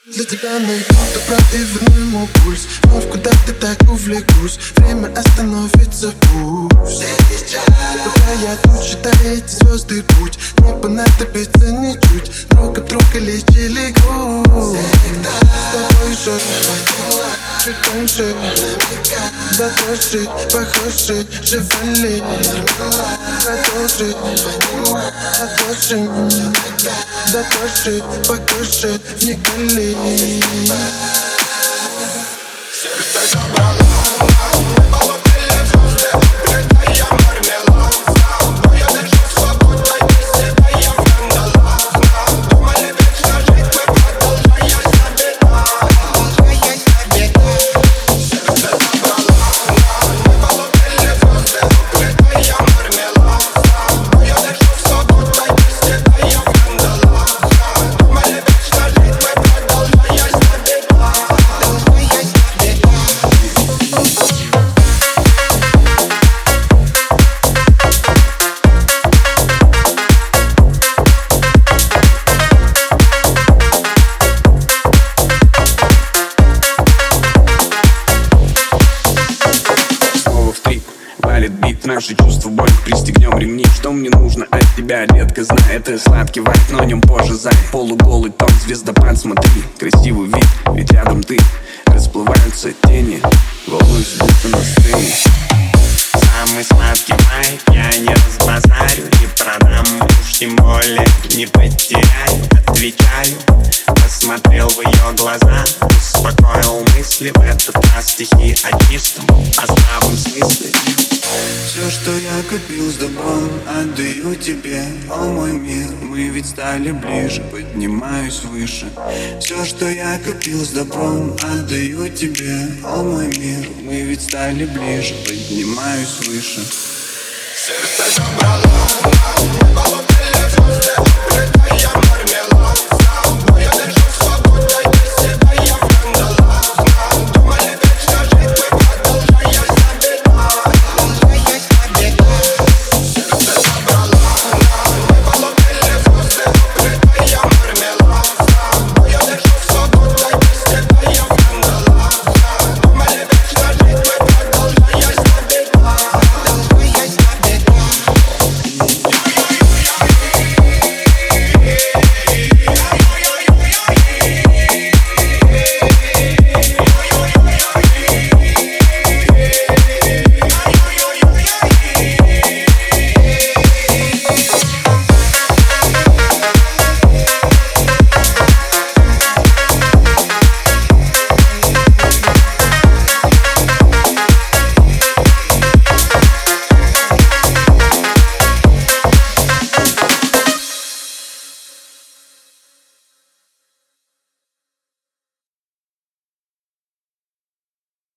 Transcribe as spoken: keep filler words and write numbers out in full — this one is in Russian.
Для тебя найду добро и верну ему пульс. Вновь куда-то так увлекусь. Время остановится пусть. Пока я тут считаю эти звезды путь, не понадобится ничуть. Друг от друга лечили грусть. С тобой же чуть тоньше, дороже, похоже, живали. Продолжи, отложим, дороже, похоже, вникали. Сердце забрало, мы полопили звезды, открытая мармелад. Но я держу в свободной песне, даем в кандалах. Думали вечно жить, мы продолжая забирать. Продолжая забирать. Сердце забрало, мы полопили звезды, открытая мармелад. Но я держу в свободной песне, даем в кандалах. Думали вечно жить, мы продолжая забирать. Снова в трип, валит бит. Наши чувства боль, пристегнем ремни. Что мне нужно от тебя, детка, знай. Это сладкий вайп, но о нем позже зай. Полуголый тон, звездопад, смотри. Красивый вид, ведь рядом ты. Расплываются тени, волнуюсь, будто на сцене. Самый сладкий вайп я не разбазарю, не продам, уж тем более не потеряю. Отвечаю, посмотрел в ее глаза, успокоил мысли. В этот раз стихи о чистом, о здравом смысле. Все, что я копил с добром, отдаю тебе, о мой мир. Мы ведь стали ближе, поднимаюсь выше. Все, что я копил с добром, отдаю тебе, о мой мир. Мы ведь стали ближе, поднимаюсь выше. Сердце забрало.